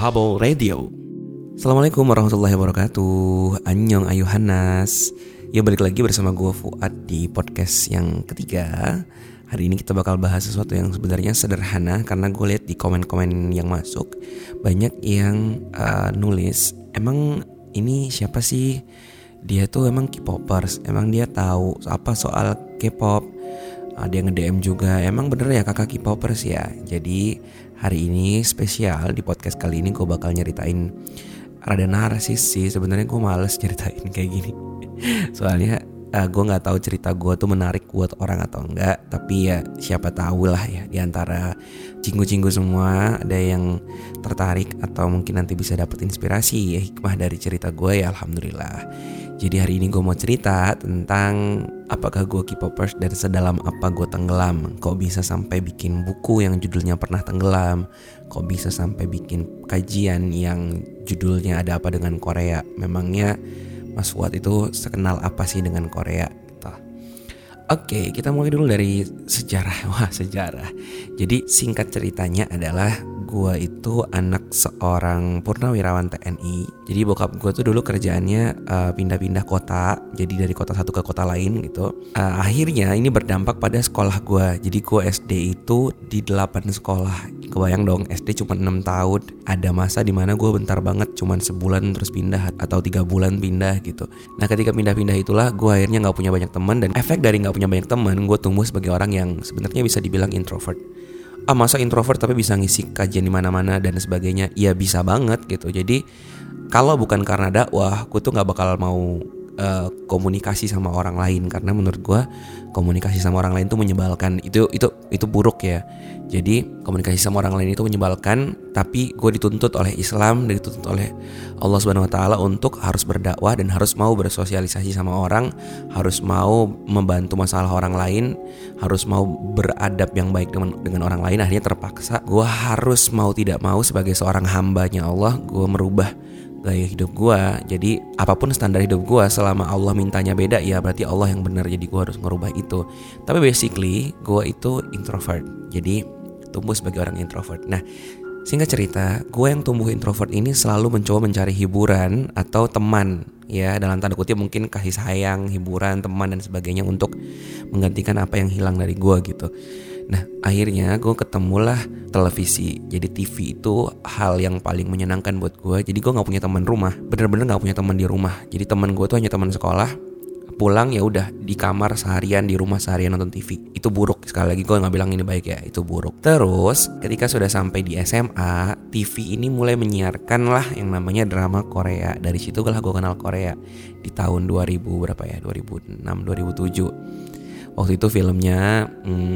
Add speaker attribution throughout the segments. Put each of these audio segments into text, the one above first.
Speaker 1: Habol Radio. Assalamualaikum warahmatullahi wabarakatuh. Annyeong ayuhanas. Ya balik lagi bersama gue Fuad di podcast yang ketiga. Hari ini kita bakal bahas sesuatu yang sebenarnya sederhana. Karena gue lihat di komen-komen yang masuk banyak yang nulis, emang ini siapa sih? Dia tuh emang K-popers, emang dia tahu apa soal K-pop. Ada yang nge-DM juga, emang bener ya kakak K-popers ya. Jadi hari ini spesial, di podcast kali ini gue bakal nyeritain rada narsis sih. Sebenarnya gue males ceritain kayak gini. Soalnya gue gak tahu cerita gue tuh menarik buat orang atau enggak. Tapi ya siapa tahu lah ya, di antara cinggu-cinggu semua ada yang tertarik atau mungkin nanti bisa dapet inspirasi ya, hikmah dari cerita gue ya, alhamdulillah. Jadi hari ini gue mau cerita tentang apakah gue K-popers dan sedalam apa gue tenggelam. Kok bisa sampai bikin buku yang judulnya Pernah Tenggelam. Kok bisa sampai bikin kajian yang judulnya Ada Apa Dengan Korea. Memangnya Mas Fuad itu sekenal apa sih dengan Korea gitu. Oke, kita mulai dulu dari sejarah. Wah, sejarah. Jadi singkat ceritanya adalah gue itu anak seorang purnawirawan TNI. Jadi bokap gue tuh dulu kerjaannya pindah-pindah kota. Jadi dari kota satu ke kota lain gitu. Akhirnya ini berdampak pada sekolah gue. Jadi gue SD itu di 8 sekolah. Kebayang dong, SD cuma 6 tahun. Ada masa dimana gue bentar banget, cuma sebulan terus pindah atau 3 bulan pindah gitu. Nah ketika pindah-pindah itulah gue akhirnya gak punya banyak teman. Dan efek dari gak punya banyak teman, gue tumbuh sebagai orang yang sebenarnya bisa dibilang introvert. Masa introvert tapi bisa ngisi kajian di mana-mana dan sebagainya? Ya bisa banget gitu. Jadi kalau bukan karena dakwah, gue tuh nggak bakal mau komunikasi sama orang lain, karena menurut gue komunikasi sama orang lain tuh menyebalkan. Itu buruk ya. Jadi komunikasi sama orang lain itu menyebalkan, tapi gue dituntut oleh Islam, dituntut oleh Allah Subhanahu Wa Taala untuk harus berdakwah dan harus mau bersosialisasi sama orang, harus mau membantu masalah orang lain, harus mau beradab yang baik dengan orang lain. Akhirnya terpaksa gue harus mau tidak mau sebagai seorang hambanya Allah, gue merubah gaya hidup gue. Jadi apapun standar hidup gue, selama Allah mintanya beda, ya berarti Allah yang benar. Jadi gue harus merubah itu. Tapi basically gue itu introvert. Jadi tumbuh sebagai orang introvert. Nah singkat cerita, gue yang tumbuh introvert ini selalu mencoba mencari hiburan atau teman, ya dalam tanda kutip mungkin kasih sayang, hiburan, teman dan sebagainya untuk menggantikan apa yang hilang dari gue gitu. Nah akhirnya gue ketemulah televisi. Jadi TV itu hal yang paling menyenangkan buat gue. Jadi gue gak punya teman rumah, bener-bener gak punya teman di rumah. Jadi teman gue tuh hanya teman sekolah. Pulang ya udah di kamar seharian, di rumah seharian nonton TV. Itu buruk. Sekali lagi gue gak bilang ini baik ya, itu buruk. Terus ketika sudah sampai di SMA, TV ini mulai menyiarkan lah yang namanya drama Korea. Dari situ lah gue kenal Korea di tahun 2000 berapa ya, 2006, 2007. Waktu itu filmnya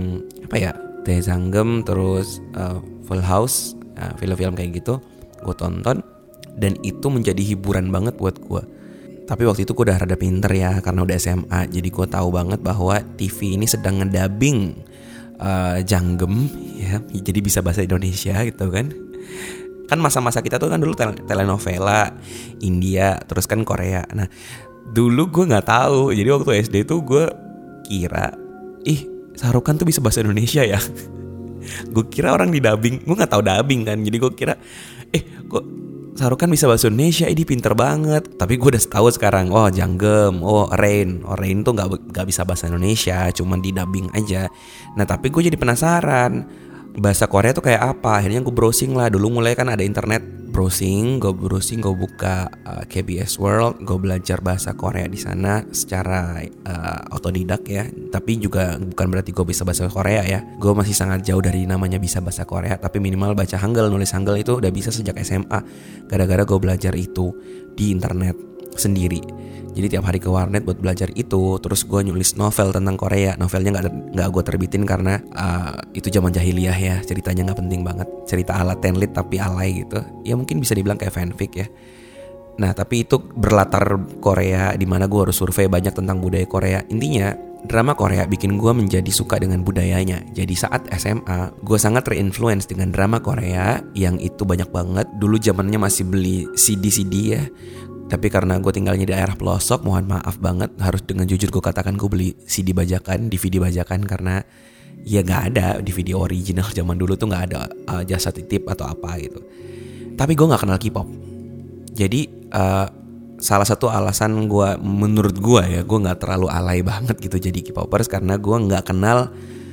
Speaker 1: Daesanggem, terus Full House, film-film kayak gitu gue tonton. Dan itu menjadi hiburan banget buat gue. Tapi waktu itu gue udah rada pinter ya, karena udah SMA. Jadi gue tahu banget bahwa TV ini sedang ngedubbing Janggem ya, jadi bisa bahasa Indonesia gitu kan. Kan masa-masa kita tuh kan dulu telenovela India, terus kan Korea. Nah dulu gue gak tahu. Jadi waktu SD tuh gue kira Sarukan tuh bisa bahasa Indonesia ya. Gue kira orang di dubbing, gue nggak tahu dubbing kan. Jadi gue kira kok Sarukan bisa bahasa Indonesia, ini pinter banget. Tapi gue udah tahu sekarang, Janggem, Rain tuh nggak bisa bahasa Indonesia, cuman di dubbing aja. Nah tapi gue jadi penasaran bahasa Korea tuh kayak apa. Akhirnya gue browsing lah. Dulu mulai kan ada internet, gue buka KBS World, gue belajar bahasa Korea di sana secara otodidak ya. Tapi juga bukan berarti gue bisa bahasa Korea ya. Gue masih sangat jauh dari namanya bisa bahasa Korea. Tapi minimal baca Hangul, nulis Hangul itu udah bisa sejak SMA. Gara-gara gue belajar itu di internet sendiri. Jadi tiap hari ke warnet buat belajar itu. Terus gue nulis novel tentang Korea. Novelnya gak gue terbitin karena itu zaman jahiliyah ya. Ceritanya gak penting banget. Cerita ala tenlit tapi alay gitu. Ya mungkin bisa dibilang kayak fanfic ya. Nah tapi itu berlatar Korea, dimana gue harus survei banyak tentang budaya Korea. Intinya drama Korea bikin gue menjadi suka dengan budayanya. Jadi saat SMA gue sangat terinfluence dengan drama Korea yang itu banyak banget. Dulu zamannya masih beli CD ya. Tapi karena gue tinggalnya di daerah pelosok, mohon maaf banget, harus dengan jujur gue katakan gue beli CD bajakan, DVD bajakan, karena ya gak ada DVD original zaman dulu tuh, gak ada jasa titip atau apa gitu. Tapi gue nggak kenal K-pop. Jadi salah satu alasan gue, menurut gue ya, gue nggak terlalu alay banget gitu jadi K-popers karena gue nggak kenal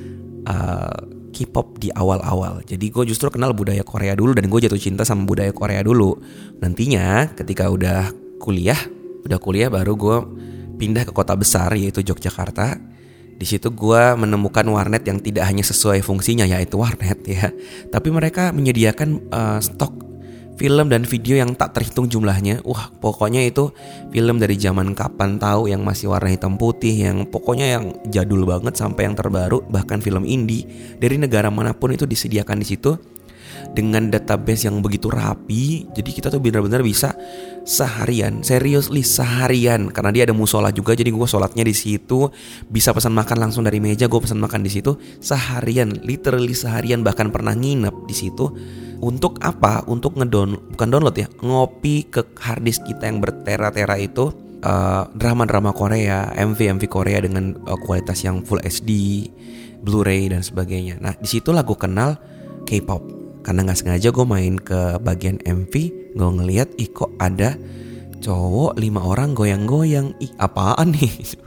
Speaker 1: K-pop di awal-awal. Jadi gue justru kenal budaya Korea dulu dan gue jatuh cinta sama budaya Korea dulu. Nantinya ketika udah kuliah baru gue pindah ke kota besar yaitu Yogyakarta. Di situ gue menemukan warnet yang tidak hanya sesuai fungsinya yaitu warnet ya, tapi mereka menyediakan stok film dan video yang tak terhitung jumlahnya. Wah, pokoknya itu film dari zaman kapan tahu, yang masih warna hitam putih, yang pokoknya yang jadul banget sampai yang terbaru, bahkan film indie dari negara manapun itu disediakan di situ dengan database yang begitu rapi. Jadi kita tuh benar-benar bisa seharian, seriously seharian, karena dia ada musola juga. Jadi gue sholatnya di situ, bisa pesan makan langsung dari meja, gue pesan makan di situ seharian, literally seharian, bahkan pernah nginep di situ. Untuk apa? Untuk bukan download ya, ngopi ke harddisk kita yang bertera-tera itu drama-drama Korea, MV Korea dengan kualitas yang full HD, Blu-ray dan sebagainya. Nah disitulah gue kenal K-pop. Karena gak sengaja gue main ke bagian MV, gue ngeliat kok ada cowok 5 orang goyang-goyang. Apaan nih?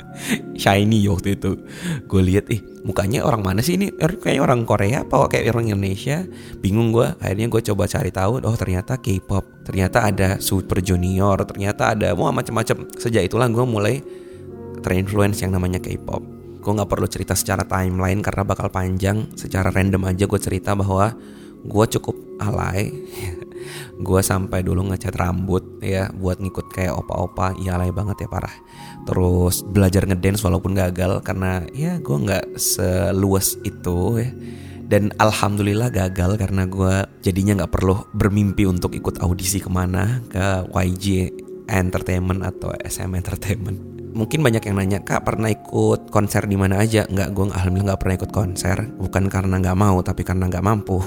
Speaker 1: Shiny waktu itu. Gue lihat mukanya orang mana sih ini? Kayak orang Korea apa kayak orang Indonesia? Bingung gue. Akhirnya gue coba cari tahu. Oh ternyata K-pop. Ternyata ada Super Junior. Ternyata ada macam-macam. Sejak itulah gue mulai terinfluence yang namanya K-pop. Gue gak perlu cerita secara timeline karena bakal panjang. Secara random aja gue cerita bahwa gue cukup alay. Gue sampai dulu ngecat rambut ya buat ngikut kayak opa-opa. Iya, alay banget ya, parah. Terus belajar ngedance walaupun gagal karena ya gue gak seluas itu ya. Dan alhamdulillah gagal karena gue jadinya gak perlu bermimpi untuk ikut audisi kemana, ke YG Entertainment atau SM Entertainment. Mungkin banyak yang nanya, Kak pernah ikut konser di mana aja? Enggak, gue alhamdulillah gak pernah ikut konser. Bukan karena gak mau, tapi karena gak mampu.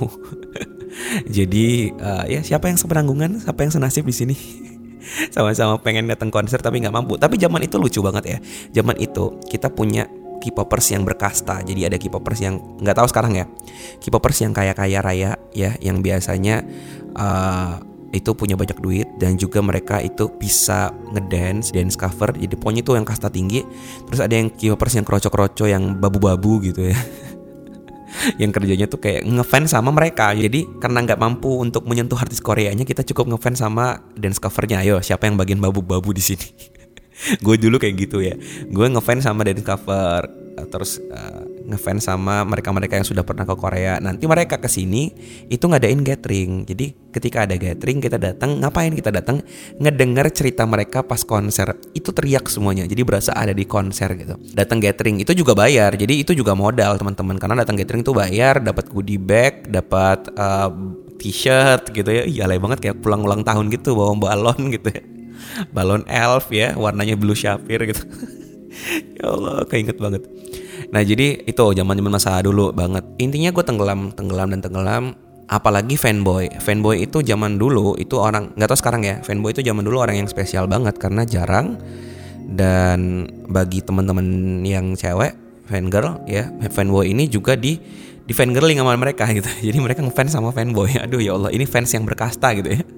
Speaker 1: Jadi ya siapa yang sepenanggungan, siapa yang senasib di sini? Sama-sama pengen datang konser tapi nggak mampu. Tapi zaman itu lucu banget ya. Zaman itu kita punya K-popers yang berkasta. Jadi ada K-popers yang nggak tahu sekarang ya. K-popers yang kaya-kaya raya ya, yang biasanya itu punya banyak duit dan juga mereka itu bisa ngedance, dance cover. Jadi pokoknya itu yang kasta tinggi. Terus ada yang K-popers yang kroco-kroco, yang babu-babu gitu ya. Yang kerjanya tuh kayak ngefans sama mereka. Jadi karena gak mampu untuk menyentuh artis Koreanya, kita cukup ngefans sama dance covernya. Ayo siapa yang bagian babu-babu di sini? Gue dulu kayak gitu ya. Gue ngefans sama dance cover, terus ngefans sama mereka-mereka yang sudah pernah ke Korea. Nanti mereka kesini itu ngadain gathering. Jadi ketika ada gathering kita datang. Ngapain kita datang? Ngedenger cerita mereka pas konser. Itu teriak semuanya. Jadi berasa ada di konser gitu. Datang gathering itu juga bayar. Jadi itu juga modal teman-teman. Karena datang gathering itu bayar, dapat goodie bag, dapat t-shirt gitu ya. Iya, alay banget kayak pulang ulang tahun gitu, bawa balon gitu ya. Balon elf ya, warnanya blue sapphire gitu. Ya Allah, keinget banget. Nah jadi itu zaman-zaman masa dulu banget. Intinya gue tenggelam. Apalagi fanboy itu zaman dulu itu orang, nggak tahu sekarang ya. Fanboy itu zaman dulu orang yang spesial banget karena jarang. Dan bagi teman-teman yang cewek, fangirl ya, fanboy ini juga di fangirling sama mereka gitu. Jadi mereka ngefans sama fanboy. Aduh ya Allah, ini fans yang berkasta gitu ya.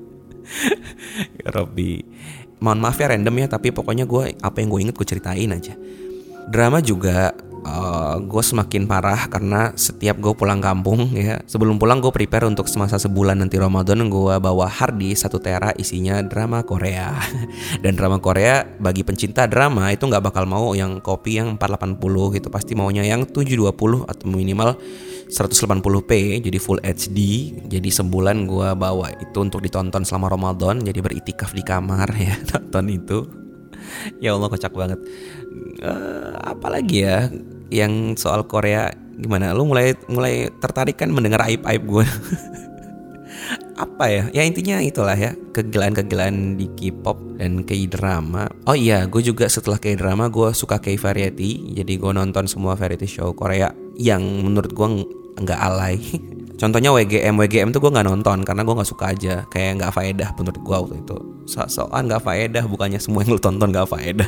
Speaker 1: Ya Robby, mohon maaf ya random ya, tapi pokoknya apa yang gue inget gue ceritain aja. Drama juga gue semakin parah karena setiap gue pulang kampung ya, sebelum pulang gue prepare untuk semasa sebulan nanti Ramadan, gue bawa harddisk 1 tera isinya drama Korea. Dan drama Korea bagi pencinta drama itu nggak bakal mau yang copy yang 480 gitu, pasti maunya yang 720 atau minimal 180p, jadi full HD. Jadi sebulan gue bawa itu untuk ditonton selama Ramadan. Jadi beritikaf di kamar ya, nonton itu. Ya Allah, kocak banget. Apalagi ya yang soal Korea, gimana? Lu mulai tertarik kan mendengar aib-aib gue. Apa ya? Ya intinya itulah ya, kegilaan-kegilaan di K-pop dan K-drama. Oh iya, gue juga setelah K-drama gue suka K-variety. Jadi gue nonton semua variety show Korea yang menurut gue nggak alay. Contohnya WGM tuh gue nggak nonton karena gue nggak suka aja, kayak nggak faedah menurut gue waktu itu. Soal nggak faedah, bukannya semua yang lu tonton nggak faedah.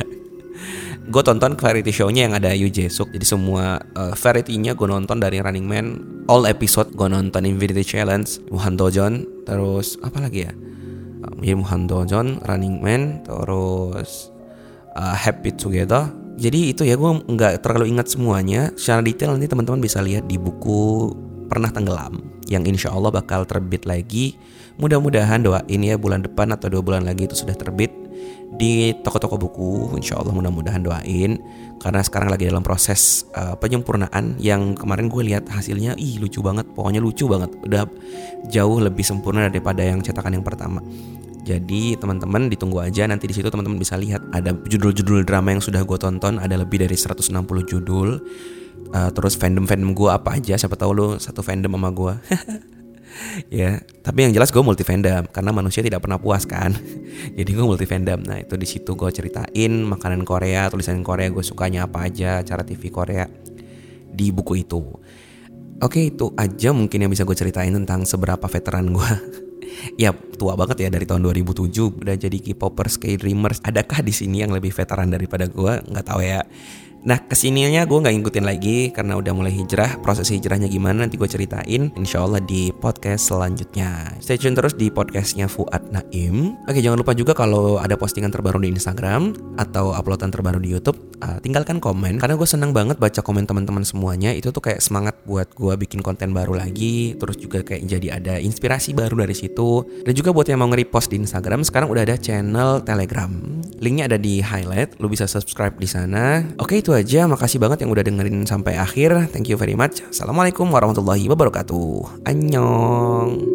Speaker 1: Gue tonton variety show-nya yang ada Yoo Jae Suk. Jadi semua variety-nya gue nonton dari Running Man all episode gue nonton Infinity Challenge, Muhandojon, terus apa lagi ya? Muhandojon, Running Man, terus Happy Together. Jadi itu ya, gue nggak terlalu ingat semuanya. Secara detail nanti teman-teman bisa lihat di buku Pernah Tenggelam yang insya Allah bakal terbit lagi. Mudah-mudahan doain ya bulan depan atau 2 bulan lagi itu sudah terbit di toko-toko buku. Insya Allah mudah-mudahan doain. Karena sekarang lagi dalam proses penyempurnaan. Yang kemarin gue lihat hasilnya, lucu banget. Pokoknya lucu banget. Udah jauh lebih sempurna daripada yang cetakan yang pertama. Jadi teman-teman ditunggu aja, nanti di situ teman-teman bisa lihat ada judul-judul drama yang sudah gue tonton, ada lebih dari 160 judul. Terus fandom gue apa aja, siapa tahu lo satu fandom sama gue. Ya, tapi yang jelas gue multi fandom karena manusia tidak pernah puas kan. Jadi gue multi fandom. Nah itu di situ gue ceritain makanan Korea, tulisan Korea, gue sukanya apa aja, cara TV Korea di buku itu. Oke, itu aja mungkin yang bisa gue ceritain tentang seberapa veteran gue. Ya tua banget ya, dari tahun 2007 udah jadi K-popers, K-dreamers. Adakah di sini yang lebih veteran daripada gue? Nggak tahu ya. Nah kesininya gue gak ngikutin lagi karena udah mulai hijrah. Proses hijrahnya gimana nanti gue ceritain insya Allah di podcast selanjutnya. Stay tune terus di podcastnya Fuad Naim. Oke, jangan lupa juga kalau ada postingan terbaru di Instagram atau uploadan terbaru di YouTube, tinggalkan komen. Karena gue seneng banget baca komen teman-teman semuanya. Itu tuh kayak semangat buat gue bikin konten baru lagi. Terus juga kayak jadi ada inspirasi baru dari situ. Dan juga buat yang mau nge-repost di Instagram, sekarang udah ada channel Telegram. Linknya ada di highlight. Lu bisa subscribe di sana. Oke, itu aja, makasih banget yang udah dengerin sampai akhir. Thank you very much. Assalamualaikum warahmatullahi wabarakatuh. Annyeong.